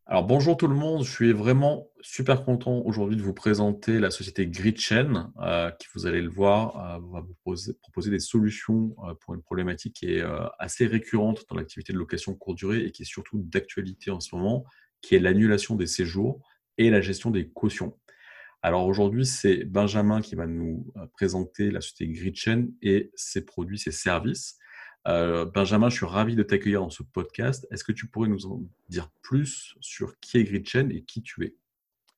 Alors bonjour tout le monde, je suis vraiment super content aujourd'hui de vous présenter la société Gridchain, qui vous allez le voir, va vous proposer des solutions pour une problématique qui est assez récurrente dans l'activité de location courte durée et qui est surtout d'actualité en ce moment, qui est l'annulation des séjours et la gestion des cautions. Alors aujourd'hui, c'est Benjamin qui va nous présenter la société Gridchain et ses produits, ses services. Benjamin, je suis ravi de t'accueillir dans ce podcast. Est-ce que tu pourrais nous en dire plus sur qui est Gridchain et qui tu es?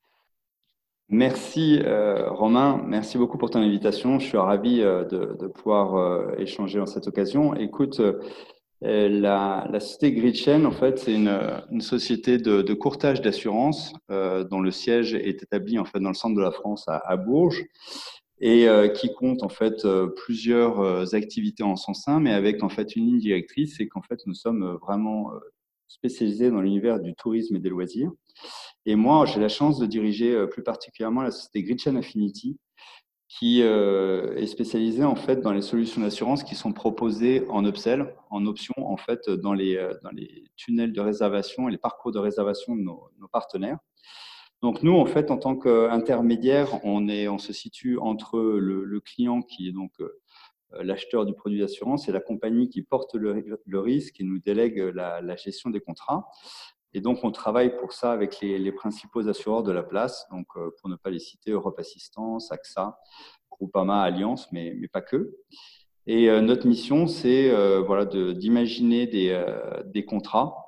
Merci Romain, merci beaucoup pour ton invitation. Je suis ravi de pouvoir échanger dans cette occasion. Écoute, la société Gridchain, en fait, c'est une société de courtage d'assurance dont le siège est établi en fait dans le centre de la France à Bourges et qui compte en fait plusieurs activités en son sein, mais avec en fait une ligne directrice, c'est qu'en fait nous sommes vraiment spécialisés dans l'univers du tourisme et des loisirs. Et moi, j'ai la chance de diriger plus particulièrement la société Gridchain Affinity, qui est spécialisée en fait dans les solutions d'assurance qui sont proposées en upsell, en option en fait dans les tunnels de réservation et les parcours de réservation de nos partenaires. Donc nous, en fait, en tant qu'intermédiaire, on se situe entre le client qui est donc l'acheteur du produit d'assurance et la compagnie qui porte le risque et nous délègue la gestion des contrats. Et donc, on travaille pour ça avec les principaux assureurs de la place, donc pour ne pas les citer, Europe Assistance, AXA, Groupama, Allianz, mais pas que. Et notre mission, c'est voilà, d'imaginer des contrats,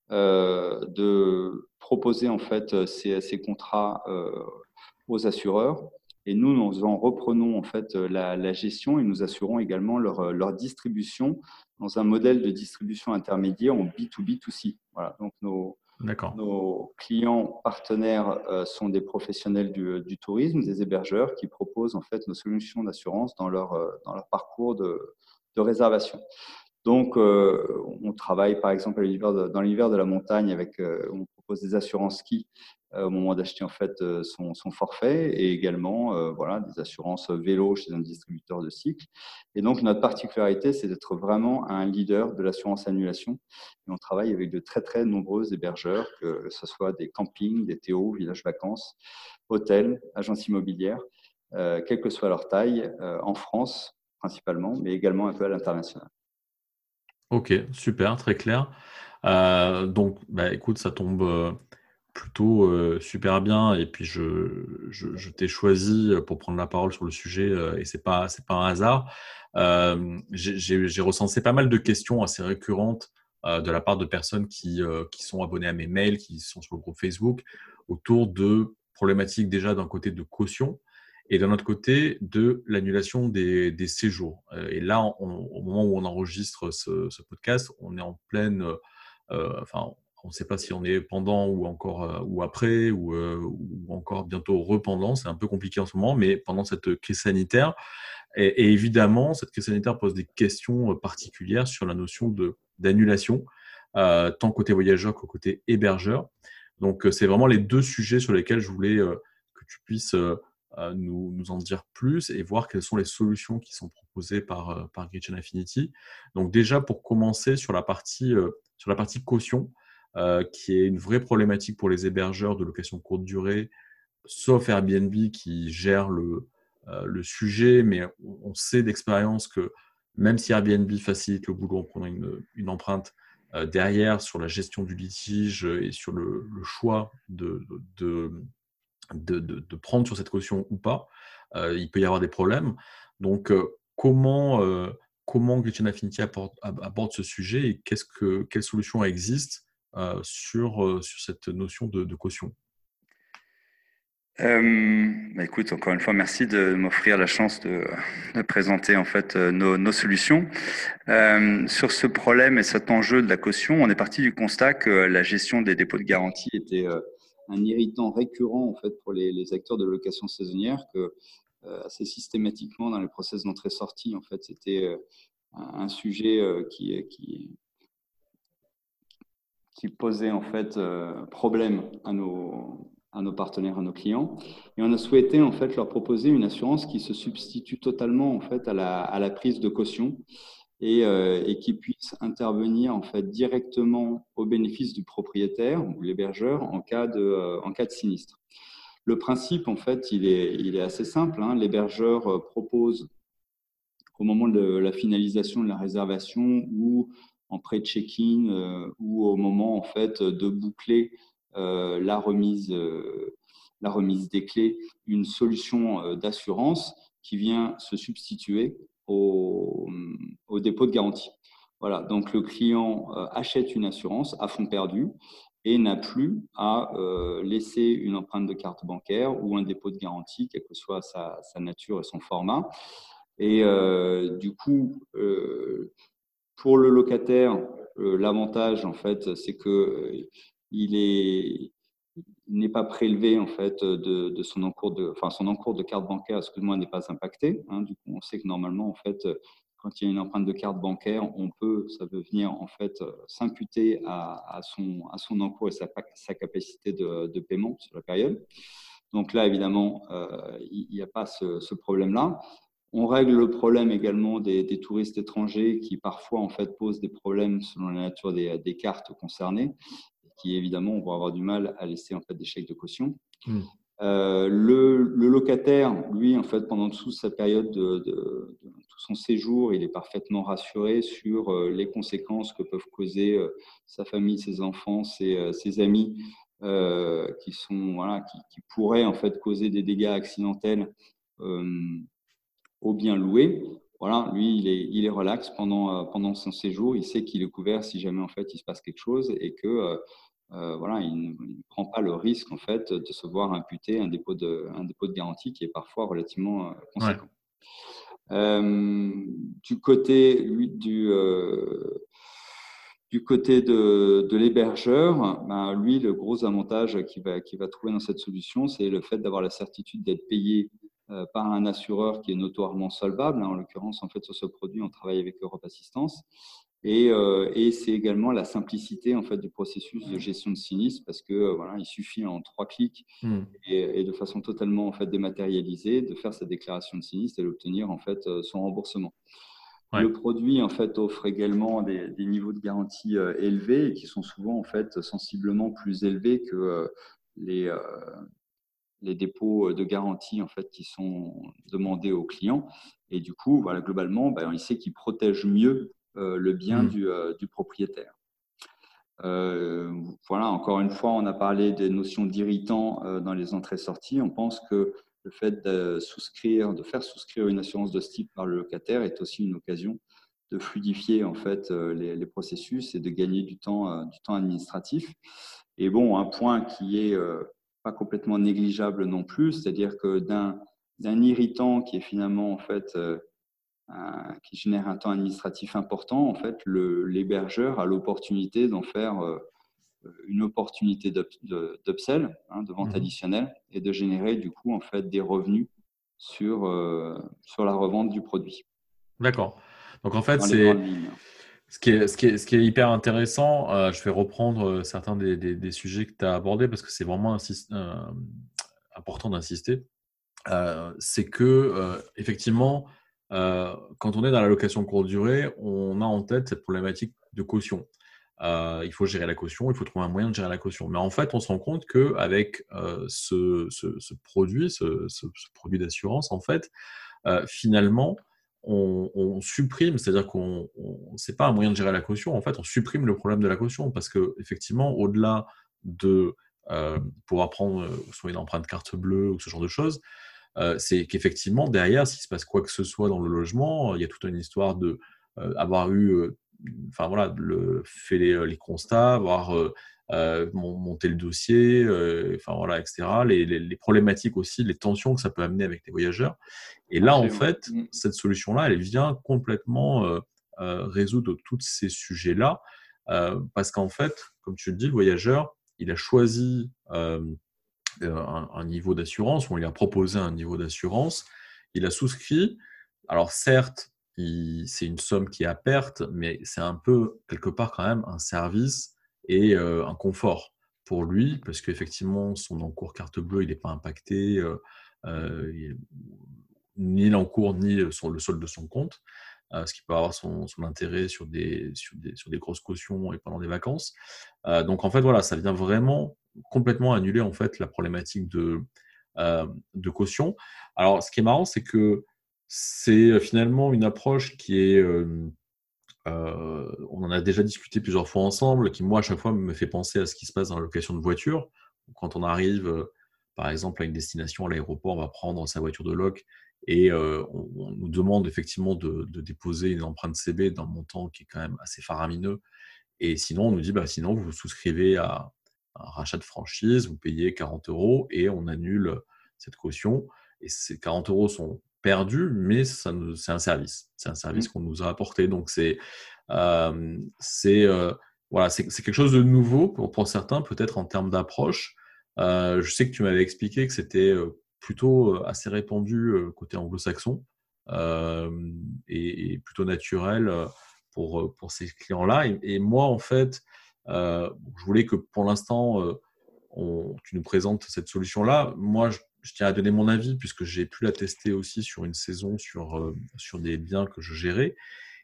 de proposer en fait ces contrats aux assureurs. Et nous en reprenons en fait la gestion et nous assurons également leur distribution dans un modèle de distribution intermédiaire en B2B2C. Voilà. Donc D'accord. nos clients partenaires sont des professionnels du tourisme, des hébergeurs qui proposent en fait nos solutions d'assurance dans leur parcours de réservation. Donc, on travaille par exemple dans l'hiver de la montagne avec, on propose des assurances ski au moment d'acheter en fait son forfait et également voilà des assurances vélo chez un distributeur de cycles. Et donc notre particularité, c'est d'être vraiment un leader de l'assurance annulation. Et on travaille avec de très très nombreux hébergeurs, que ce soit des campings, des théos, villages vacances, hôtels, agences immobilières, quelle que soit leur taille, en France principalement, mais également un peu à l'international. Ok, super, très clair. Donc, bah, écoute, ça tombe plutôt super bien. Et puis, je t'ai choisi pour prendre la parole sur le sujet et c'est pas un hasard. J'ai recensé pas mal de questions assez récurrentes de la part de personnes qui sont abonnées à mes mails, qui sont sur le groupe Facebook, autour de problématiques déjà d'un côté de caution et d'un autre côté de l'annulation des séjours. Et là, au moment où on enregistre ce podcast, on est en pleine, enfin, on ne sait pas si on est pendant ou encore ou après ou encore bientôt rependant. C'est un peu compliqué en ce moment, mais pendant cette crise sanitaire, et évidemment, cette crise sanitaire pose des questions particulières sur la notion d'annulation, tant côté voyageur que côté hébergeur. Donc, c'est vraiment les deux sujets sur lesquels je voulais que tu puisses nous en dire plus et voir quelles sont les solutions qui sont proposées par Gridchain Affinity. Donc, déjà, pour commencer sur la partie caution, qui est une vraie problématique pour les hébergeurs de location courte durée, sauf Airbnb qui gère le sujet, mais on sait d'expérience que même si Airbnb facilite le boulot en prenant une empreinte derrière sur la gestion du litige et sur le choix de prendre sur cette caution ou pas, il peut y avoir des problèmes. Donc, comment Gretchen Affinity aborde ce sujet et quelles solutions existent sur cette notion de caution? Écoute, encore une fois, merci de m'offrir la chance de présenter en fait nos solutions. Sur ce problème et cet enjeu de la caution, on est parti du constat que la gestion des dépôts de garantie était un irritant récurrent en fait pour les acteurs de location saisonnière, que assez systématiquement dans les process d'entrée-sortie, en fait, c'était un sujet qui posait en fait problème à nos partenaires, à nos clients. Et on a souhaité en fait leur proposer une assurance qui se substitue totalement en fait à la prise de caution et qui puisse intervenir en fait directement au bénéfice du propriétaire ou l'hébergeur en cas de sinistre. Le principe, en fait, il est assez simple, hein. L'hébergeur propose au moment de la finalisation de la réservation ou en pré-check-in ou au moment en fait de boucler la remise des clés, une solution d'assurance qui vient se substituer au dépôt de garantie. Voilà, donc le client achète une assurance à fonds perdu et n'a plus à laisser une empreinte de carte bancaire ou un dépôt de garantie, quelle que soit sa nature et son format. Et du coup, pour le locataire, l'avantage, en fait, c'est que il est, il n'est pas prélevé en fait de son encours son encours de carte bancaire, excuse-moi, n'est pas impacté. Hein. Du coup, on sait que normalement, en fait, quand il y a une empreinte de carte bancaire, ça peut venir en fait s'imputer à son encours et sa capacité de paiement sur la période. Donc là, évidemment, il n'y a pas ce problème-là. On règle le problème également des touristes étrangers qui parfois en fait posent des problèmes selon la nature des cartes concernées, qui évidemment vont avoir du mal à laisser en fait des chèques de caution. Le locataire, lui, en fait, pendant toute sa période de tout son séjour, il est parfaitement rassuré sur les conséquences que peuvent causer sa famille, ses enfants, ses amis, qui pourraient en fait causer des dégâts accidentels au bien loué. Voilà, lui, il est relax pendant son séjour. Il sait qu'il est couvert si jamais en fait il se passe quelque chose et que voilà, il ne prend pas le risque en fait de se voir imputer un dépôt de garantie qui est parfois relativement Ouais. conséquent. Du côté du côté de l'hébergeur, ben, lui, le gros avantage qu'il va trouver dans cette solution, c'est le fait d'avoir la certitude d'être payé par un assureur qui est notoirement solvable. En l'occurrence, en fait, sur ce produit, on travaille avec Europe Assistance. Et c'est également la simplicité en fait du processus de gestion de sinistre parce que voilà, il suffit en 3 clics et de façon totalement en fait dématérialisée de faire sa déclaration de sinistre et d'obtenir en fait son remboursement. Ouais. Le produit en fait offre également des niveaux de garantie élevés et qui sont souvent en fait sensiblement plus élevés que les, euh, les dépôts de garantie en fait qui sont demandés aux clients. Et du coup, voilà, globalement, ben, il sait qu'il protège mieux le bien du propriétaire. Voilà, encore une fois, on a parlé des notions d'irritants dans les entrées-sorties. On pense que le fait de faire souscrire une assurance de ce type par le locataire est aussi une occasion de fluidifier en fait les processus et de gagner du temps administratif. Et bon, un point qui est pas complètement négligeable non plus, c'est-à-dire que d'un irritant qui est finalement en fait qui génère un temps administratif important, en fait, l'hébergeur a l'opportunité d'en faire une opportunité d'upsell, hein, de vente additionnelle, et de générer du coup en fait des revenus sur la revente du produit. D'accord. Donc en fait, Dans les grandes lignes. ce qui est hyper intéressant. Je vais reprendre certains des sujets que tu as abordés parce que c'est vraiment important d'insister. C'est que effectivement, quand on est dans la location courte durée, on a en tête cette problématique de caution. Il faut gérer la caution, il faut trouver un moyen de gérer la caution. Mais en fait, on se rend compte qu'avec ce produit, ce produit d'assurance, en fait, finalement, on supprime, c'est-à-dire c'est pas un moyen de gérer la caution, en fait, on supprime le problème de la caution parce que effectivement, au-delà de pouvoir prendre soit une empreinte carte bleue ou ce genre de choses, c'est qu'effectivement, derrière, s'il se passe quoi que ce soit dans le logement, il y a toute une histoire de avoir eu, enfin voilà, fait les constats, avoir monté le dossier, enfin voilà, etc. Les problématiques aussi, les tensions que ça peut amener avec les voyageurs. Et là, en Absolument. fait, cette solution-là, elle vient complètement résoudre tous ces sujets-là, parce qu'en fait, comme tu le dis, le voyageur, il a choisi un niveau d'assurance, on lui a proposé un niveau d'assurance, il a souscrit. Alors certes, c'est une somme qui est à perte, mais c'est un peu, quelque part quand même, un service et un confort pour lui, parce qu'effectivement, son encours carte bleue, il n'est pas impacté, ni l'encours, ni le solde de son compte. ce qui peut avoir son intérêt sur des grosses cautions et pendant des vacances. Donc en fait, voilà, ça vient vraiment complètement annuler en fait la problématique de caution. Alors, ce qui est marrant, c'est que c'est finalement une approche qui est, on en a déjà discuté plusieurs fois ensemble, qui moi à chaque fois me fait penser à ce qui se passe dans la location de voiture. Quand on arrive, par exemple, à une destination, à l'aéroport, on va prendre sa voiture de loc et on nous demande effectivement de déposer une empreinte CB d'un montant qui est quand même assez faramineux. Et sinon, on nous dit, bah, sinon, vous vous souscrivez à un rachat de franchise, vous payez 40 euros et on annule cette caution. Et ces 40 euros sont perdus, mais c'est un service. C'est un service Mhm. qu'on nous a apporté. Donc, euh, c'est, euh, voilà, c'est quelque chose de nouveau pour certains, peut-être en termes d'approche. Je sais que tu m'avais expliqué que c'était plutôt assez répandu côté anglo-saxon euh, et plutôt naturel. Pour ces clients-là. Et moi, en fait, je voulais que pour l'instant, tu nous présentes cette solution-là. Moi, je tiens à donner mon avis puisque j'ai pu la tester aussi sur une saison sur des biens que je gérais.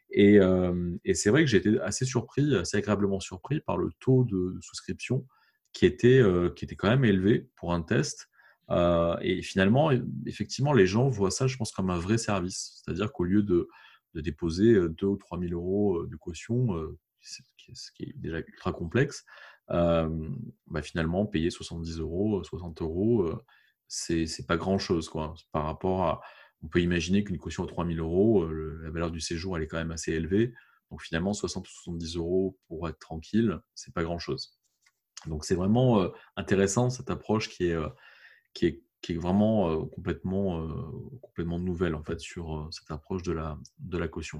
Et c'est vrai que j'ai été assez surpris, assez agréablement surpris par le taux de souscription qui était quand même élevé pour un test. Et finalement, effectivement, les gens voient ça, je pense, comme un vrai service. C'est-à-dire qu'au lieu de déposer 2 ou 3 000 euros de caution, ce qui est déjà ultra complexe, euh, bah, finalement, payer 70 euros, 60 euros, c'est pas grand-chose, quoi, par rapport à, on peut imaginer qu'une caution à 3 000 euros, la valeur du séjour, elle est quand même assez élevée. Donc finalement, 60 ou 70 euros pour être tranquille, c'est pas grand-chose. Donc c'est vraiment intéressant cette approche qui est vraiment complètement nouvelle en fait sur cette approche de la caution.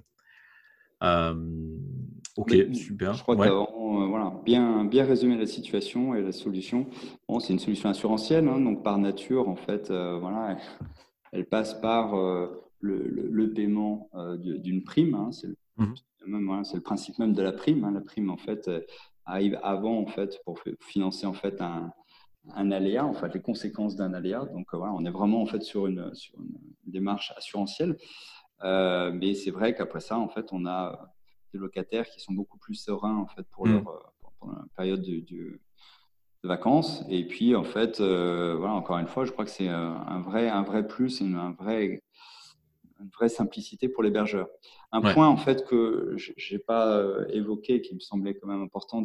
Euh, ok, Mais, je super. crois que tu as Ouais. vraiment voilà, bien résumé la situation et la solution. Bon, c'est une solution assurantielle, hein, donc par nature, en fait, voilà, elle passe par le paiement d'une prime. Hein, Mhm. voilà, c'est le principe même de la prime. Hein. La prime, en fait, arrive avant, en fait, pour financer en fait un aléa, en fait, les conséquences d'un aléa. Donc voilà, on est vraiment en fait sur une démarche assurantielle. Mais c'est vrai qu'après ça, en fait, on a des locataires qui sont beaucoup plus sereins en fait Mhm. pour la période de vacances. Et puis, en fait, voilà, encore une fois, je crois que c'est un vrai plus, une vraie simplicité pour l'hébergeur. Un Ouais. point, en fait, que je n'ai pas évoqué, qui me semblait quand même important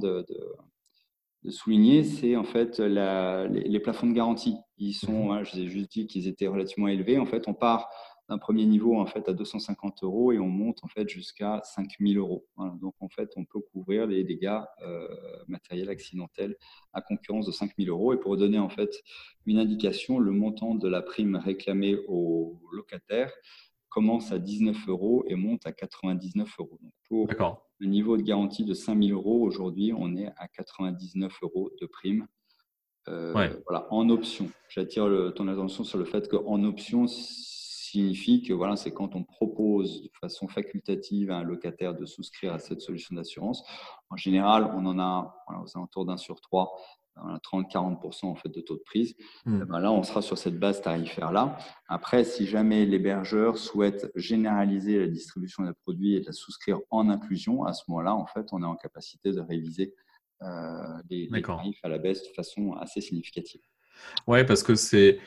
de souligner, c'est en fait les plafonds de garantie. Ils Mhm. sont, hein, je vous ai juste dit qu'ils étaient relativement élevés. En fait, on part d'un premier niveau en fait à 250 euros et on monte en fait jusqu'à 5000 euros. Voilà. Donc en fait, on peut couvrir les dégâts matériels accidentels à concurrence de 5000 euros. Et pour donner en fait une indication, le montant de la prime réclamée aux locataires commence à 19 euros et monte à 99 euros. Donc pour D'accord. le niveau de garantie de 5 000 euros, aujourd'hui, on est à 99 euros de prime. Ouais. Voilà, en option. J'attire ton attention sur le fait qu'en option signifie que voilà, c'est quand on propose de façon facultative à un locataire de souscrire à cette solution d'assurance. En général, on en a voilà, aux alentours d'un sur trois, 30-40% en fait de taux de prise. Et Mhm. ben là, on sera sur cette base tarifaire-là. Après, si jamais l'hébergeur souhaite généraliser la distribution des produits et de la souscrire en inclusion, à ce moment-là, en fait, on est en capacité de réviser les D'accord. tarifs à la baisse de façon assez significative. Ouais, parce que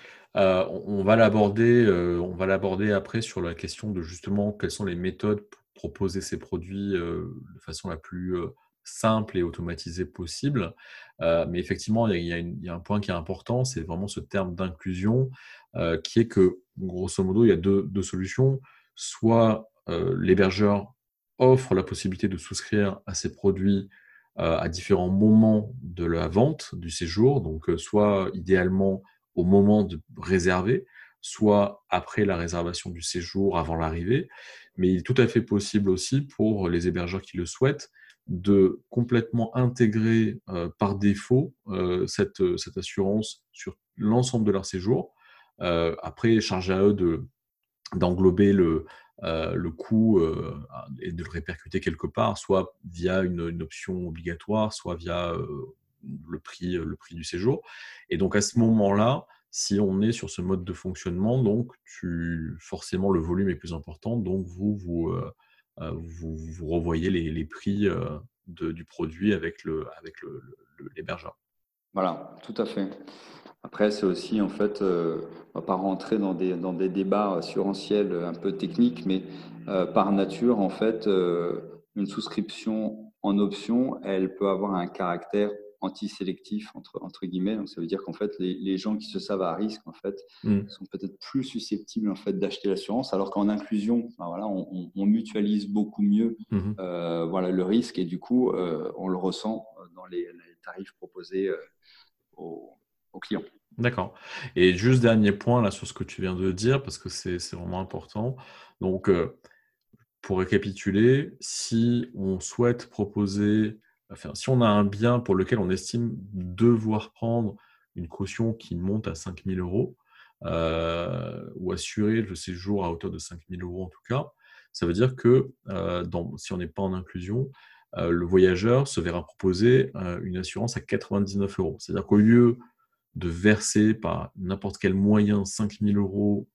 on va l'aborder après sur la question de justement quelles sont les méthodes pour proposer ces produits de façon la plus simple et automatisée possible. Mais effectivement, il y a un point qui est important, c'est vraiment ce terme d'inclusion, qui est que, grosso modo, il y a deux solutions. Soit l'hébergeur offre la possibilité de souscrire à ces produits à différents moments de la vente du séjour, donc soit idéalement au moment de réserver, soit après la réservation du séjour, avant l'arrivée. Mais il est tout à fait possible aussi pour les hébergeurs qui le souhaitent de complètement intégrer par défaut cette assurance sur l'ensemble de leur séjour. Après, charge à eux d'englober le coût et de le répercuter quelque part, soit via une option obligatoire, soit via le prix du séjour. Et donc à ce moment-là, si on est sur ce mode de fonctionnement, donc forcément le volume est plus important, donc vous revoyez les prix du produit avec l'hébergeur. Voilà, tout à fait. Après, c'est aussi, en fait, on va pas rentrer dans des débats assurantiels un peu techniques, mais par nature, en fait, une souscription en option, elle peut avoir un caractère anti-sélectif, entre guillemets. Donc, ça veut dire qu'en fait, les gens qui se savent à risque, en fait, Mm. sont peut-être plus susceptibles, en fait, d'acheter l'assurance, alors qu'en inclusion, ben voilà, on mutualise beaucoup mieux Mhm. voilà, le risque et du coup, on le ressent dans les tarifs proposés aux, aux clients. D'accord. Et juste dernier point là sur ce que tu viens de dire, parce que c'est vraiment important. Donc, pour récapituler, si on souhaite proposer, enfin, si on a un bien pour lequel on estime devoir prendre une caution qui monte à 5 000 euros, ou assurer le séjour à hauteur de 5 000 euros en tout cas, ça veut dire que si on n'est pas en inclusion, le voyageur se verra proposer une assurance à 99 euros. C'est-à-dire qu'au lieu de verser par n'importe quel moyen 5 000 euros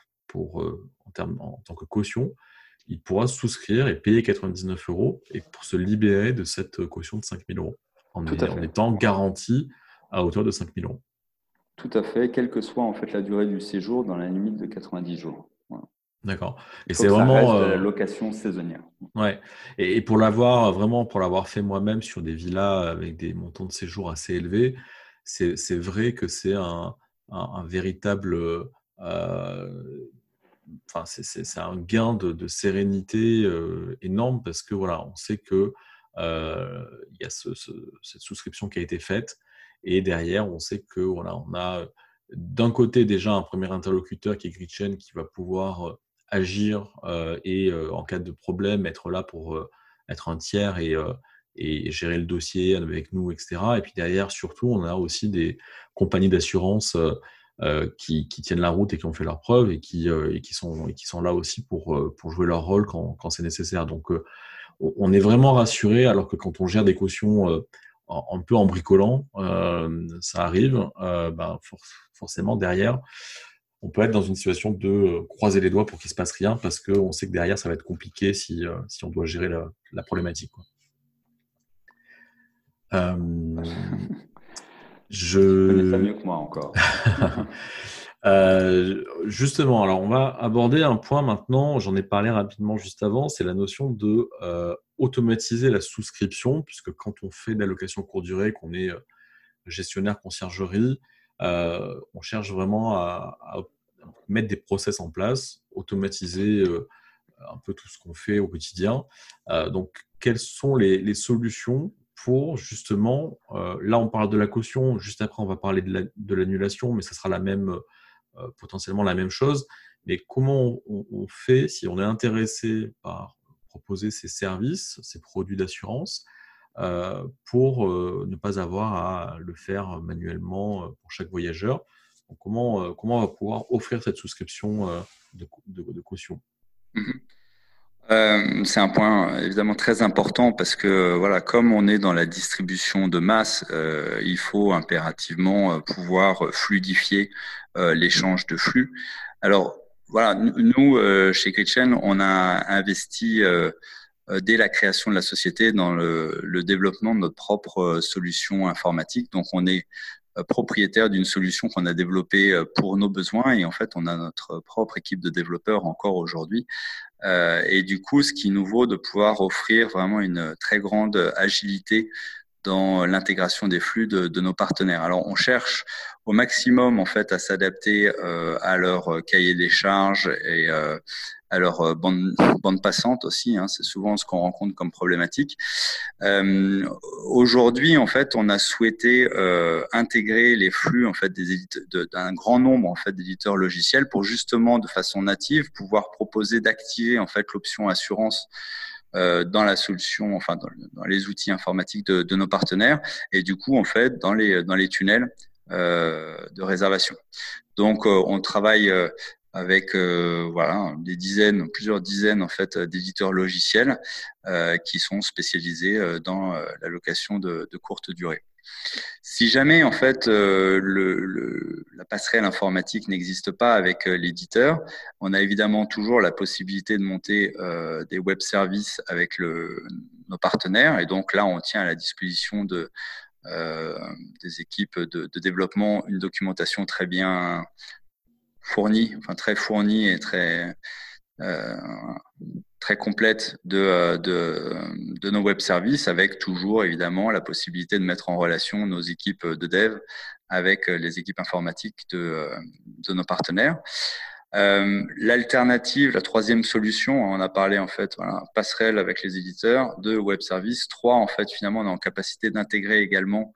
en tant que caution, il pourra souscrire et payer 99 euros et pour se libérer de cette caution de 5 000 euros Tout à en fait. étant garanti à hauteur de 5 000 euros. Tout à fait, quelle que soit en fait la durée du séjour dans la limite de 90 jours. Voilà. D'accord. Il Et faut c'est que ça vraiment, reste de la location saisonnière. ouais. Et pour l'avoir fait moi-même sur des villas avec des montants de séjour assez élevés, c'est vrai que c'est un véritable, enfin, c'est un gain de sérénité énorme parce que voilà, on sait que il y a cette souscription qui a été faite et derrière, on sait que voilà, on a d'un côté déjà un premier interlocuteur qui est Gritchen qui va pouvoir agir et en cas de problème être là pour être un tiers et gérer le dossier avec nous, etc. Et puis derrière, surtout, on a aussi des compagnies d'assurance qui tiennent la route et qui ont fait leurs preuves et qui sont là aussi pour jouer leur rôle quand c'est nécessaire. Donc, on est vraiment rassuré, alors que quand on gère des cautions un peu en bricolant, ça arrive, forcément derrière, on peut être dans une situation de croiser les doigts pour qu'il se passe rien, parce qu'on sait que derrière, ça va être compliqué si on doit gérer la problématique, quoi. Tu connais ça Je mieux que moi encore. Justement, alors on va aborder un point maintenant, j'en ai parlé rapidement juste avant, c'est la notion de automatiser la souscription, puisque quand on fait de la location courte durée, qu'on est gestionnaire conciergerie, on cherche vraiment à mettre des process en place, automatiser un peu tout ce qu'on fait au quotidien. Donc, quelles sont les solutions pour justement, là on parle de la caution, juste après on va parler de l'annulation, mais ça sera potentiellement la même chose. Mais comment on fait si on est intéressé par proposer ces services, ces produits d'assurance, pour ne pas avoir à le faire manuellement pour chaque voyageur. Donc, comment on va pouvoir offrir cette souscription de caution? Mhm. C'est un point évidemment très important parce que voilà, comme on est dans la distribution de masse, il faut impérativement pouvoir fluidifier l'échange de flux. Alors voilà, nous chez Kitchen, on a investi dès la création de la société dans le développement de notre propre solution informatique. Donc on est propriétaire d'une solution qu'on a développée pour nos besoins et en fait on a notre propre équipe de développeurs encore aujourd'hui et du coup, ce qui nous vaut de pouvoir offrir vraiment une très grande agilité dans l'intégration des flux de nos partenaires. Alors, on cherche au maximum en fait à s'adapter à leur cahier des charges et à leur bande passante aussi. Hein, c'est souvent ce qu'on rencontre comme problématique. Aujourd'hui, en fait, on a souhaité intégrer les flux en fait d'un grand nombre en fait d'éditeurs logiciels pour justement de façon native pouvoir proposer d'activer en fait l'option assurance dans la solution, enfin dans les outils informatiques de nos partenaires et du coup en fait dans les tunnels de réservation. Donc on travaille avec voilà plusieurs dizaines en fait d'éditeurs logiciels qui sont spécialisés dans la location de courte durée. Si jamais en fait la passerelle informatique n'existe pas avec l'éditeur, on a évidemment toujours la possibilité de monter des web services avec nos partenaires. Et donc là, on tient à la disposition euh, des équipes de développement une documentation très bien fournie, enfin très fournie et euh, très complète de nos web services, avec toujours évidemment la possibilité de mettre en relation nos équipes de dev avec les équipes informatiques de nos partenaires. L'alternative, la troisième solution, on a parlé en fait, voilà, passerelle avec les éditeurs, deux web services, trois en fait finalement on est en capacité d'intégrer également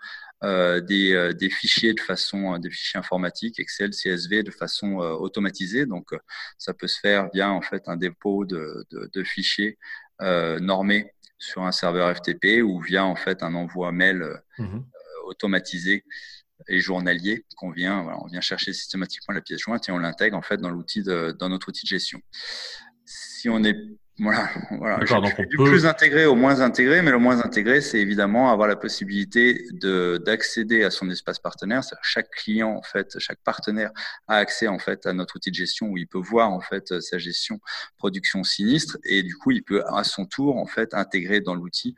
des fichiers de façon, des fichiers informatiques, Excel, CSV de façon automatisée. Donc ça peut se faire via en fait un dépôt de fichiers normés sur un serveur FTP ou via en fait un envoi mail automatisé et journalier qu'on vient, voilà, on vient chercher systématiquement la pièce jointe et on l'intègre en fait dans dans notre outil de gestion. Si on est voilà, je D'accord, donc vais on du plus peut. intégré au moins intégré, mais le moins intégré, c'est évidemment avoir la possibilité d'accéder à son espace partenaire. C'est-à-dire chaque client, en fait, chaque partenaire a accès en fait à notre outil de gestion où il peut voir en fait sa gestion production sinistre et du coup il peut à son tour en fait intégrer dans l'outil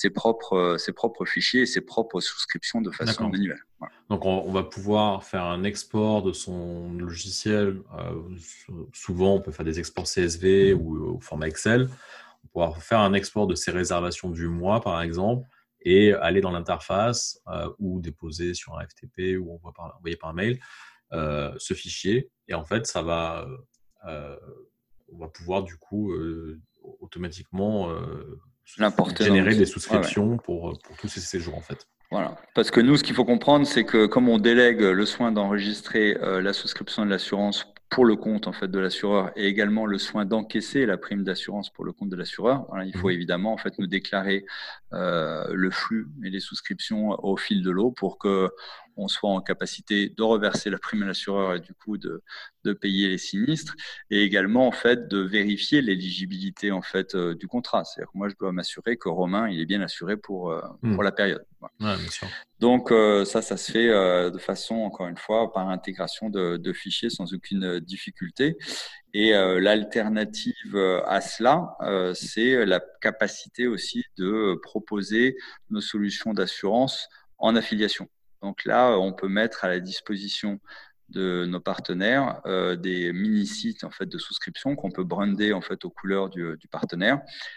ses propres fichiers et ses propres souscriptions de façon D'accord. manuelle. Voilà. Donc, on va pouvoir faire un export de son logiciel. Souvent, on peut faire des exports CSV ou au format Excel. On va pouvoir faire un export de ses réservations du mois, par exemple, et aller dans l'interface ou déposer sur un FTP ou envoyer par mail ce fichier. Et en fait, euh, on va pouvoir du coup automatiquement L'importer dans générer des l'outil. Ouais, ouais. souscriptions pour tous ces séjours, en fait. Voilà. Parce que nous, ce qu'il faut comprendre, c'est que comme on délègue le soin d'enregistrer la souscription de l'assurance pour le compte en fait de l'assureur et également le soin d'encaisser la prime d'assurance pour le compte de l'assureur, voilà, il faut Mhm. évidemment en fait nous déclarer le flux et les souscriptions au fil de l'eau pour que on soit en capacité de reverser la prime à l'assureur et du coup de payer les sinistres et également en fait de vérifier l'éligibilité en fait du contrat. C'est-à-dire que moi je dois m'assurer que Romain il est bien assuré pour Mhm. la période. Voilà. Ouais, bien sûr. Donc ça se fait de façon, encore une fois, par intégration de fichiers sans aucune difficulté. Et l'alternative à cela, c'est la capacité aussi de proposer nos solutions d'assurance en affiliation. Donc là, on peut mettre à la disposition de nos partenaires des mini-sites en fait de souscription qu'on peut brander en fait aux couleurs du partenaire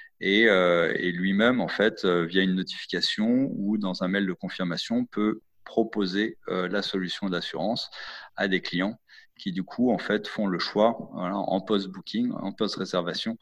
et lui-même, en fait, via une notification ou dans un mail de confirmation, peut proposer la solution d'assurance à des clients qui, du coup, en fait, font le choix, voilà, en post-booking, en post-réservation,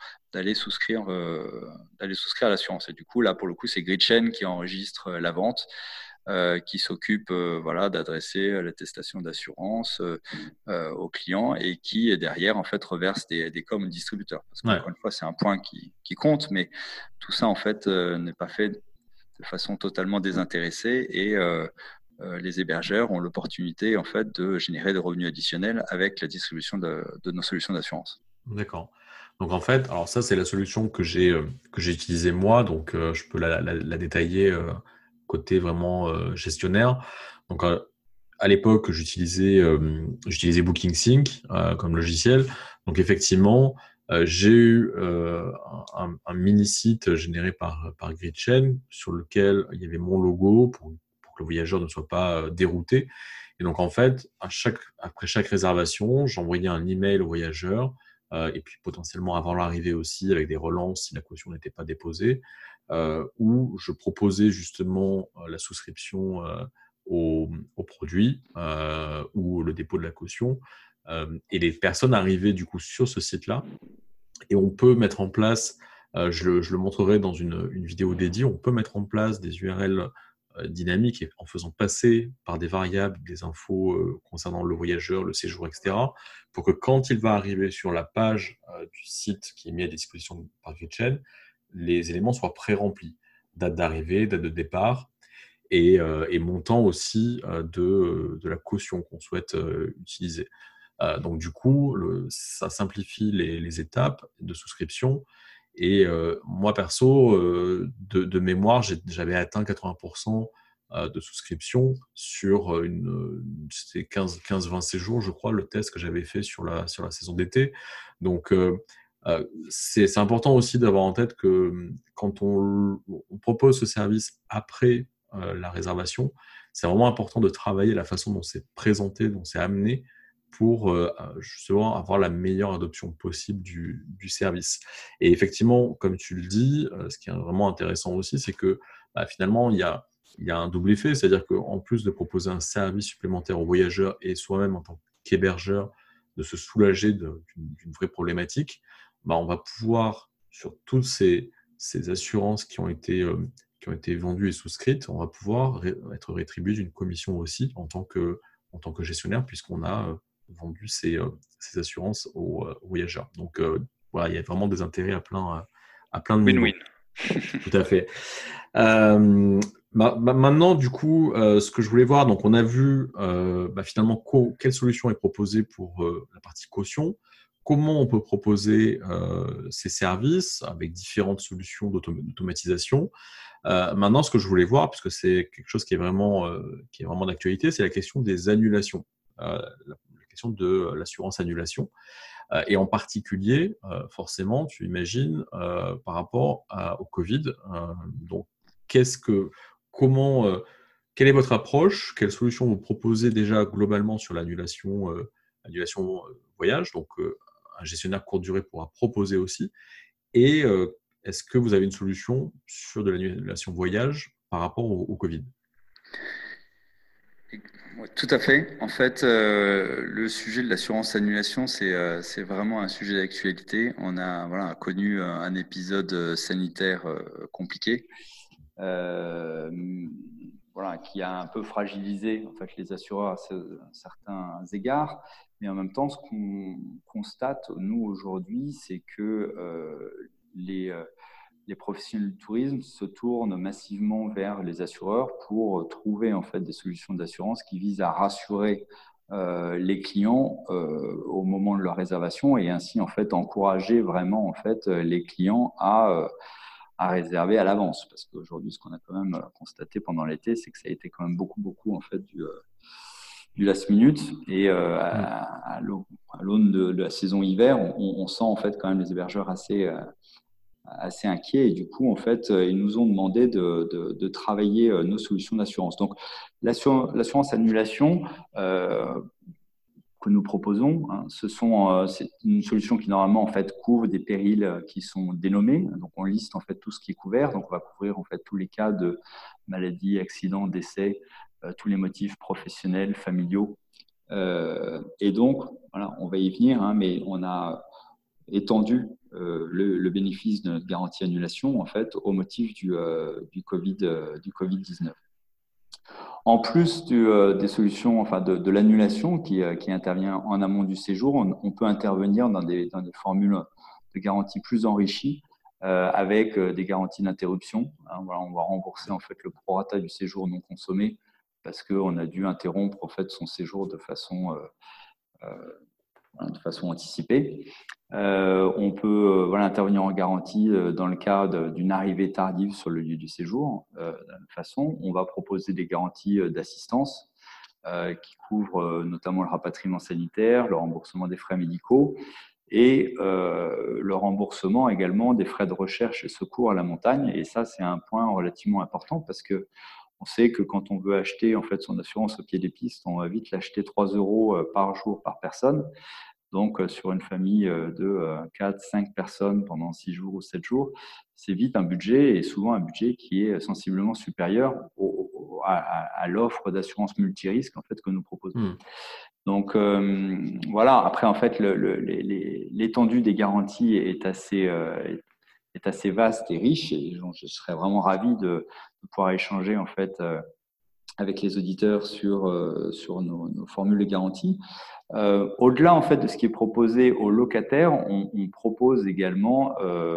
d'aller souscrire à l'assurance. Et du coup, là, pour le coup, c'est Gridchain qui enregistre la vente qui s'occupe voilà, d'adresser l'attestation d'assurance aux clients et qui derrière en fait reverse des coms aux distributeurs. Parce Ouais. qu'encore une fois, c'est un point qui compte, mais tout ça en fait n'est pas fait de façon totalement désintéressée et les hébergeurs ont l'opportunité en fait de générer des revenus additionnels avec la distribution de nos solutions d'assurance. D'accord. Donc en fait, alors ça c'est la solution que j'ai utilisée moi, donc je peux la détailler côté vraiment gestionnaire. Donc à l'époque j'utilisais BookingSync comme logiciel. Donc effectivement j'ai eu un mini site généré par Gridchain sur lequel il y avait mon logo pour que le voyageur ne soit pas dérouté. Et donc en fait après chaque réservation, j'envoyais un email au voyageur et puis potentiellement avant l'arrivée aussi avec des relances si la caution n'était pas déposée, où je proposais justement la souscription au produit ou le dépôt de la caution. Et les personnes arrivaient du coup sur ce site-là et on peut mettre en place, je le montrerai dans une vidéo dédiée, on peut mettre en place des URL dynamiques et en faisant passer par des variables des infos concernant le voyageur, le séjour, etc., pour que quand il va arriver sur la page du site qui est mis à disposition par GridChain, les éléments soient pré-remplis. Date d'arrivée, date de départ, et montant aussi de la caution qu'on souhaite utiliser. Donc du coup, ça simplifie les étapes de souscription. Et moi, perso, de mémoire, j'avais atteint 80% de souscription sur c'était 15-20 séjours, je crois, le test que j'avais fait sur la saison d'été. Donc, c'est important aussi d'avoir en tête que quand on propose ce service après la réservation, c'est vraiment important de travailler la façon dont c'est présenté, dont c'est amené, pour justement avoir la meilleure adoption possible du service. Et effectivement, comme tu le dis, ce qui est vraiment intéressant aussi, c'est que finalement, il y a un double effet, c'est-à-dire qu'en plus de proposer un service supplémentaire aux voyageurs et soi-même en tant qu'hébergeur, de se soulager d'une vraie problématique, on va pouvoir, sur toutes ces assurances qui ont été vendues et souscrites, on va pouvoir être rétribué d'une commission aussi en tant que gestionnaire, puisqu'on a vendu ces assurances aux voyageurs. Donc, voilà, il y a vraiment des intérêts à plein de niveaux. Win-win. Tout à fait. Maintenant, du coup, ce que je voulais voir, donc on a vu finalement quelle solution est proposée pour la partie caution, comment on peut proposer ces services avec différentes solutions d'automatisation. Maintenant, ce que je voulais voir, puisque c'est quelque chose qui est vraiment d'actualité, c'est la question des annulations, la question de l'assurance annulation. Et en particulier, forcément, tu imagines, par rapport au Covid. Donc, comment, quelle est votre approche? Quelles solutions vous proposez déjà globalement sur l'annulation voyage? Donc, un gestionnaire courte durée pourra proposer aussi. Et est-ce que vous avez une solution sur de l'annulation voyage par rapport au Covid? Ouais, tout à fait. En fait, le sujet de l'assurance annulation, c'est vraiment un sujet d'actualité. On a connu un épisode sanitaire compliqué, euh, qui a un peu fragilisé en fait les assureurs à certains égards. Mais en même temps, ce qu'on constate nous aujourd'hui, c'est que les professionnels du tourisme se tournent massivement vers les assureurs pour trouver en fait des solutions d'assurance qui visent à rassurer les clients au moment de leur réservation et ainsi en fait encourager vraiment en fait les clients à réserver à l'avance, parce qu'aujourd'hui ce qu'on a quand même constaté pendant l'été, c'est que ça a été quand même beaucoup en fait du last minute et à l'aune de la saison hiver, on sent en fait quand même les hébergeurs assez inquiets et du coup, en fait, ils nous ont demandé de travailler nos solutions d'assurance. Donc, l'assurance annulation que nous proposons, hein, c'est une solution qui normalement en fait couvre des périls qui sont dénommés. Donc, on liste en fait tout ce qui est couvert. Donc, on va couvrir en fait tous les cas de maladie, accident, décès, tous les motifs professionnels, familiaux. Et donc, voilà, on va y venir, hein, mais on a étendu le bénéfice de notre garantie annulation en fait au motif du Covid-19. En plus des solutions, enfin de l'annulation qui intervient en amont du séjour, on peut intervenir dans des formules de garantie plus enrichies avec des garanties d'interruption. Hein, on va rembourser en fait le prorata du séjour non consommé parce qu'on a dû interrompre en fait son séjour de façon anticipée. On peut intervenir en garantie dans le cas d'une arrivée tardive sur le lieu du séjour. De la même façon, on va proposer des garanties d'assistance qui couvrent notamment le rapatriement sanitaire, le remboursement des frais médicaux et le remboursement également des frais de recherche et secours à la montagne. Et ça, c'est un point relativement important parce que on sait que quand on veut acheter en fait son assurance au pied des pistes, on va vite l'acheter 3 € par jour par personne. Donc, sur une famille de 4, 5 personnes pendant 6 jours ou 7 jours, c'est vite un budget et souvent un budget qui est sensiblement supérieur à l'offre d'assurance multirisque en fait, que nous proposons. Donc, voilà. Après, en fait, l'étendue des garanties est assez vaste et riche et je serais vraiment ravi de pouvoir échanger en fait avec les auditeurs sur nos formules de garantie. Au-delà en fait de ce qui est proposé aux locataires, on propose également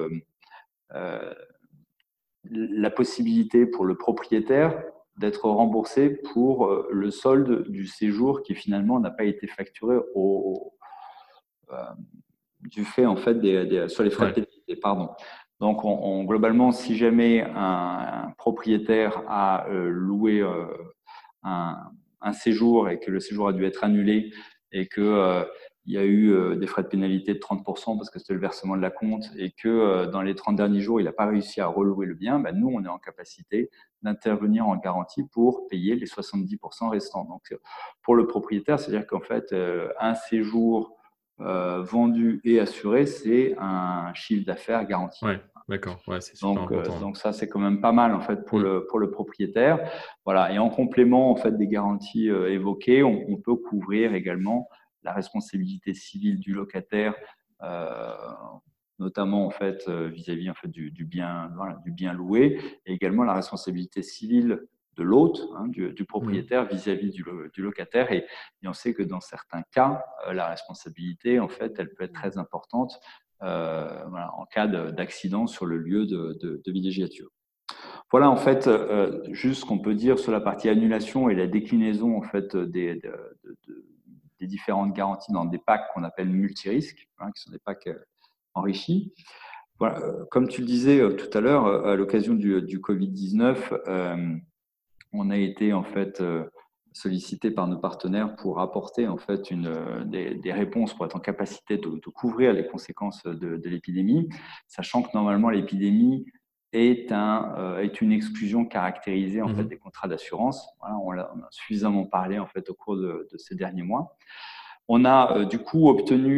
la possibilité pour le propriétaire d'être remboursé pour le solde du séjour qui finalement n'a pas été facturé du fait en fait sur les frais de pénalité. Pardon. Donc, globalement, si jamais un propriétaire a loué un, un séjour et que le séjour a dû être annulé et que il y a eu des frais de pénalité de 30% parce que c'était le versement de la compte et que dans les 30 derniers jours, il n'a pas réussi à relouer le bien, ben nous, on est en capacité d'intervenir en garantie pour payer les 70% restants. Donc, pour le propriétaire, c'est-à-dire qu'en fait, un séjour vendu et assuré, c'est un chiffre d'affaires garanti. Ouais, d'accord. Ouais, c'est super important. Donc ça, c'est quand même pas mal en fait Mm. pour le propriétaire. Voilà. Et en complément en fait des garanties évoquées, on peut couvrir également la responsabilité civile du locataire, euh, notamment en fait vis-à-vis en fait du bien, voilà, du bien loué, et également la responsabilité civile de l'hôte, hein, du Mm. propriétaire vis-à-vis du locataire. Et on sait que dans certains cas, la responsabilité en fait, elle peut être très importante voilà, en cas d'accident sur le lieu de villégiature. Voilà en fait juste ce qu'on peut dire sur la partie annulation et la déclinaison en fait des différentes garanties dans des packs qu'on appelle multirisques, hein, qui sont des packs enrichis. Voilà, comme tu le disais tout à l'heure, à l'occasion du Covid-19, on a été en fait sollicité par nos partenaires pour apporter en fait des réponses pour être en capacité de couvrir les conséquences de l'épidémie, sachant que normalement l'épidémie est une exclusion caractérisée en fait Mhm. des contrats d'assurance. Voilà, on a suffisamment parlé en fait au cours de ces derniers mois. On a du coup obtenu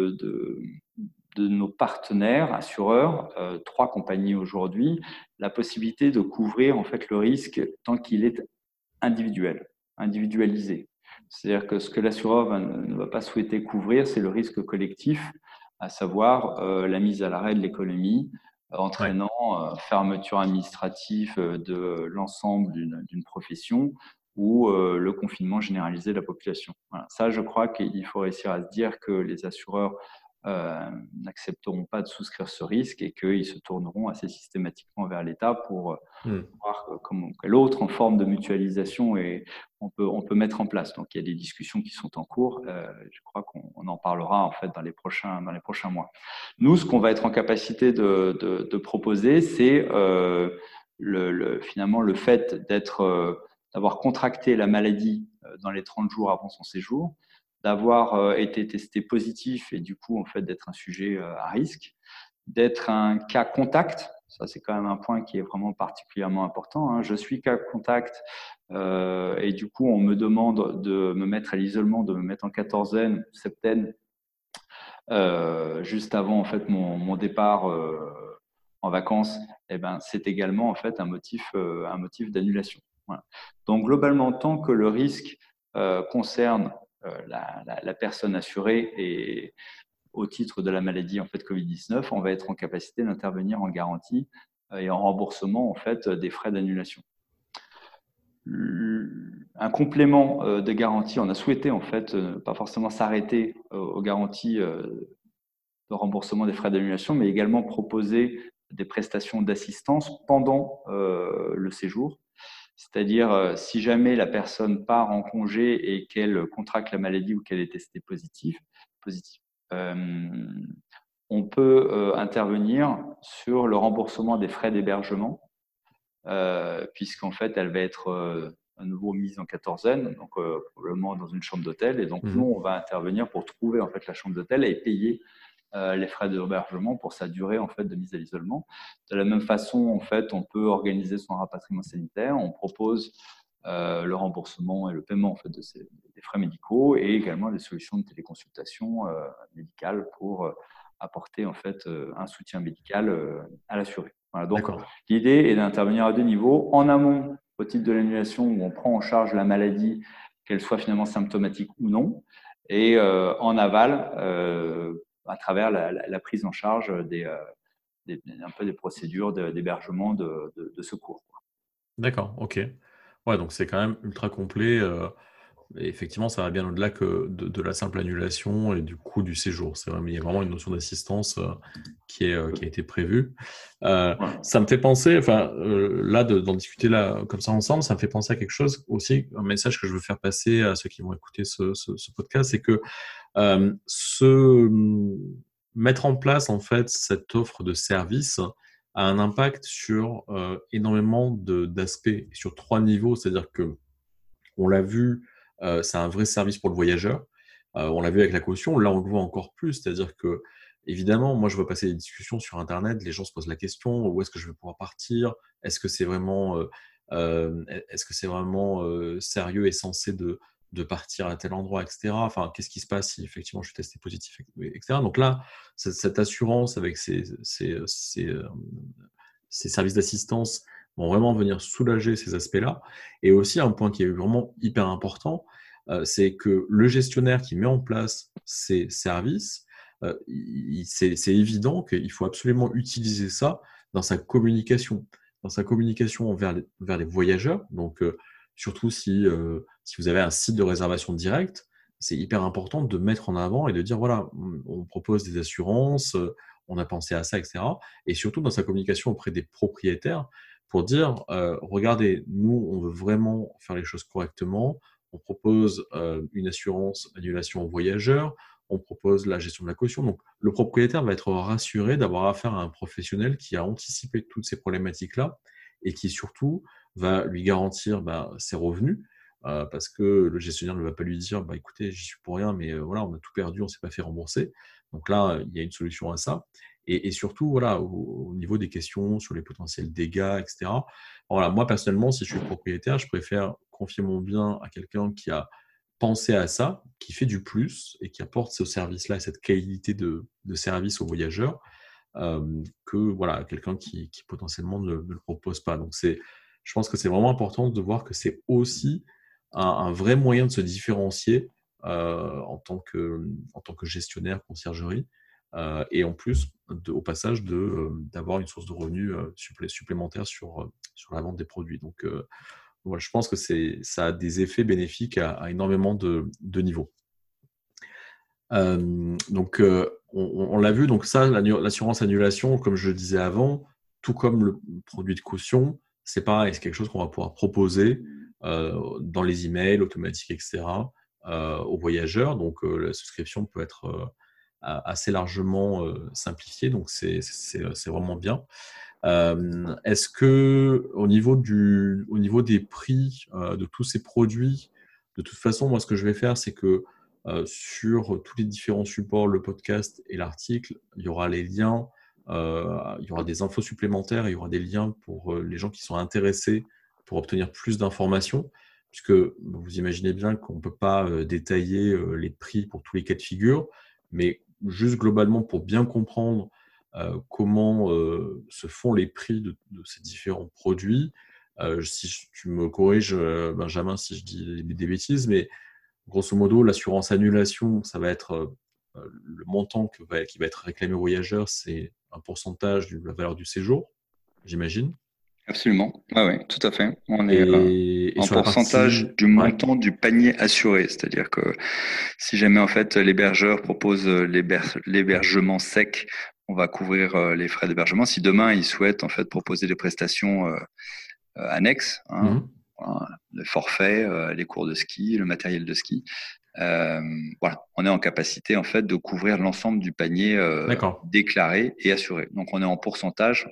de nos partenaires assureurs, 3 compagnies aujourd'hui, la possibilité de couvrir en fait le risque tant qu'il est individuel, individualisé. C'est-à-dire que ce que l'assureur ne va pas souhaiter couvrir, c'est le risque collectif, à savoir la mise à l'arrêt de l'économie, Ouais. entraînant fermeture administrative de l'ensemble d'une profession ou le confinement généralisé de la population. Voilà. Ça, je crois qu'il faut réussir à se dire que les assureurs n'accepteront pas de souscrire ce risque et qu'ils se tourneront assez systématiquement vers l'État pour Mm. voir quelle autre en forme de mutualisation et on peut mettre en place. Donc il y a des discussions qui sont en cours. Je crois qu'on en parlera en fait dans les prochains mois. Nous, ce qu'on va être en capacité de proposer, c'est finalement le fait d'avoir contracté la maladie dans les 30 jours avant son séjour, d'avoir été testé positif et du coup en fait d'être un sujet à risque, d'être un cas contact. Ça, c'est quand même un point qui est vraiment particulièrement important. Hein. Je suis cas contact et du coup, on me demande de me mettre à l'isolement, de me mettre en quatorzaine, septaine, juste avant en fait mon départ en vacances. Eh ben, c'est également en fait un motif d'annulation. Voilà. Donc globalement, tant que le risque concerne la personne assurée et au titre de la maladie en fait Covid-19, on va être en capacité d'intervenir en garantie et en remboursement en fait des frais d'annulation. Un complément de garantie, on a souhaité en fait pas forcément s'arrêter aux garanties de remboursement des frais d'annulation, mais également proposer des prestations d'assistance pendant le séjour. C'est-à-dire, si jamais la personne part en congé et qu'elle contracte la maladie ou qu'elle est testée positive, euh, on peut intervenir sur le remboursement des frais d'hébergement, puisqu'en fait, elle va être à nouveau mise en quatorzaine, donc probablement dans une chambre d'hôtel. Et donc, nous, Mhm. on va intervenir pour trouver en fait la chambre d'hôtel et payer les frais d'hébergement pour sa durée en fait de mise à l'isolement. De la même façon, en fait, on peut organiser son rapatriement sanitaire. On propose le remboursement et le paiement en fait des frais médicaux et également des solutions de téléconsultation médicale pour apporter en fait un soutien médical à l'assuré. Voilà, donc D'accord. l'idée est d'intervenir à 2 niveaux. En amont, au titre de l'annulation, où on prend en charge la maladie, qu'elle soit finalement symptomatique ou non, et en aval, à travers la prise en charge un peu des procédures d'hébergement de secours. D'accord. Ok. Ouais, donc c'est quand même ultra complet. Et effectivement, ça va bien au-delà que de la simple annulation et du coût du séjour. C'est vraiment, il y a vraiment une notion d'assistance qui a été prévue. Voilà. Ça me fait penser, enfin, là, d'en discuter là, comme ça ensemble, ça me fait penser à quelque chose aussi, un message que je veux faire passer à ceux qui vont écouter ce podcast, c'est que mettre en place en fait cette offre de service, a un impact sur énormément d'aspects, sur 3 niveaux. C'est-à-dire que on l'a vu, c'est un vrai service pour le voyageur. On l'a vu avec la caution, là on le voit encore plus, c'est-à-dire que évidemment, moi je vois passer des discussions sur internet, les gens se posent la question, où est-ce que je vais pouvoir partir? Est-ce que c'est vraiment, est-ce que c'est vraiment, sérieux et sensé de partir à tel endroit et cetera? Enfin, qu'est-ce qui se passe si effectivement je suis testé positif et cetera? Donc là, cette assurance avec ces services d'assistance vont vraiment venir soulager ces aspects-là. Et aussi, un point qui est vraiment hyper important, c'est que le gestionnaire qui met en place ces services, c'est évident qu'il faut absolument utiliser ça dans sa communication, vers les voyageurs. Donc, surtout si vous avez un site de réservation directe, c'est hyper important de mettre en avant et de dire, voilà, on propose des assurances, on a pensé à ça, etc. Et surtout dans sa communication auprès des propriétaires, pour dire, regardez, nous, on veut vraiment faire les choses correctement. On propose une assurance annulation aux voyageurs. On propose la gestion de la caution. Donc, le propriétaire va être rassuré d'avoir affaire à un professionnel qui a anticipé toutes ces problématiques-là et qui surtout va lui garantir ses revenus. Parce que le gestionnaire ne va pas lui dire, écoutez, j'y suis pour rien, mais voilà, on a tout perdu, on ne s'est pas fait rembourser. Donc là, il y a une solution à ça. Et surtout, voilà, au niveau des questions sur les potentiels dégâts, etc. Voilà, moi, personnellement, si je suis propriétaire, je préfère confier mon bien à quelqu'un qui a pensé à ça, qui fait du plus et qui apporte ce service-là, cette qualité de service aux voyageurs, que voilà, quelqu'un qui potentiellement ne le propose pas. Donc, je pense que c'est vraiment important de voir que c'est aussi un vrai moyen de se différencier en tant que gestionnaire conciergerie et en plus, au passage, d'avoir une source de revenus supplémentaire sur la vente des produits. Donc, voilà, je pense que ça a des effets bénéfiques à énormément de niveaux. Donc, on l'a vu, donc ça, l'assurance annulation, comme je le disais avant, tout comme le produit de caution, c'est pareil, c'est quelque chose qu'on va pouvoir proposer dans les emails automatiques, etc., aux voyageurs. Donc, la souscription peut être assez largement simplifiée, donc c'est vraiment bien. Est-ce que au niveau des prix de tous ces produits, de toute façon, moi, ce que je vais faire, c'est que sur tous les différents supports, le podcast et l'article, il y aura les liens, il y aura des infos supplémentaires, il y aura des liens pour les gens qui sont intéressés pour obtenir plus d'informations, puisque vous imaginez bien qu'on ne peut pas détailler les prix pour tous les cas de figure, mais juste globalement pour bien comprendre comment se font les prix de ces différents produits. Si tu me corriges, Benjamin, si je dis des bêtises, mais grosso modo, l'assurance annulation, ça va être le montant qui va être réclamé aux voyageurs, c'est un pourcentage de la valeur du séjour, j'imagine. Absolument. Oui, ouais, tout à fait. On est Et en sur la pourcentage partie, du ouais, montant du panier assuré. C'est-à-dire que si jamais en fait l'hébergeur propose l'hébergement sec, on va couvrir les frais d'hébergement. Si demain il souhaite en fait proposer des prestations annexes, hein, mhm, voilà, le forfait, les cours de ski, le matériel de ski, voilà, on est en capacité en fait de couvrir l'ensemble du panier d'accord, déclaré et assuré. Donc on est en pourcentage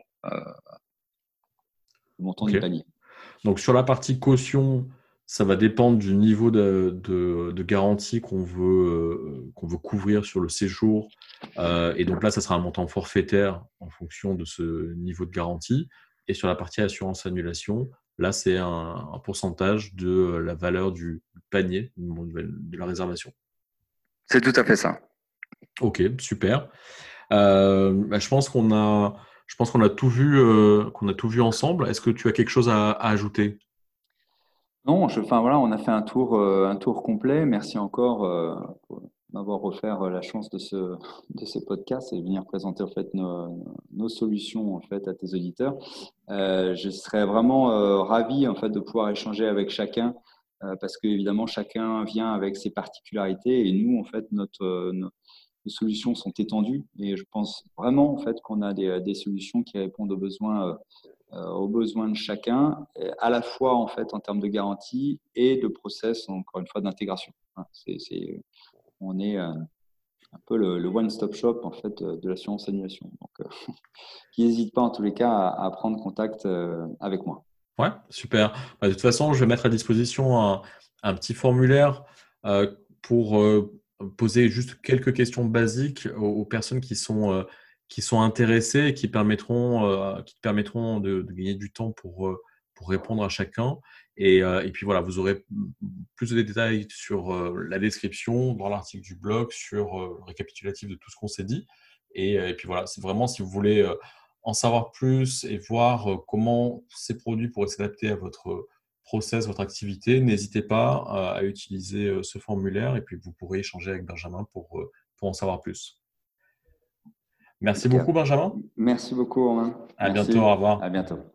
du montant ok. du panier. Donc sur la partie caution, ça va dépendre du niveau de garantie qu'on veut couvrir sur le séjour. Et donc là, ça sera un montant forfaitaire en fonction de ce niveau de garantie. Et sur la partie assurance annulation, là, c'est un pourcentage de la valeur du panier de la réservation. C'est tout à fait ça. Ok, super. Je pense qu'on a tout vu, ensemble. Est-ce que tu as quelque chose à ajouter? Non, enfin voilà, on a fait un tour complet. Merci encore pour m'avoir offert la chance de ce podcast et de venir présenter en fait nos solutions en fait à tes auditeurs. Je serais vraiment ravi en fait de pouvoir échanger avec chacun parce que évidemment chacun vient avec ses particularités et nous en fait nos solutions sont étendues et je pense vraiment en fait qu'on a des solutions qui répondent aux besoins de chacun, à la fois en fait en termes de garantie et de process, encore une fois, d'intégration. Voilà, on est un peu le one-stop shop en fait de l'assurance annulation. Donc, qui n'hésite pas en tous les cas à prendre contact avec moi. Ouais, super. Bah, de toute façon, je vais mettre à disposition un petit formulaire pour poser juste quelques questions basiques aux personnes qui sont intéressées et qui te permettront de gagner du temps pour répondre à chacun. Et puis voilà, vous aurez plus de détails sur la description, dans l'article du blog, sur le récapitulatif de tout ce qu'on s'est dit. Et puis voilà, c'est vraiment si vous voulez en savoir plus et voir comment ces produits pourraient s'adapter à votre process, votre activité, n'hésitez pas à utiliser ce formulaire et puis vous pourrez échanger avec Benjamin pour en savoir plus. Merci beaucoup, Impeccable. Benjamin. Merci beaucoup, Romain. À bientôt. Merci. Au À revoir. bientôt.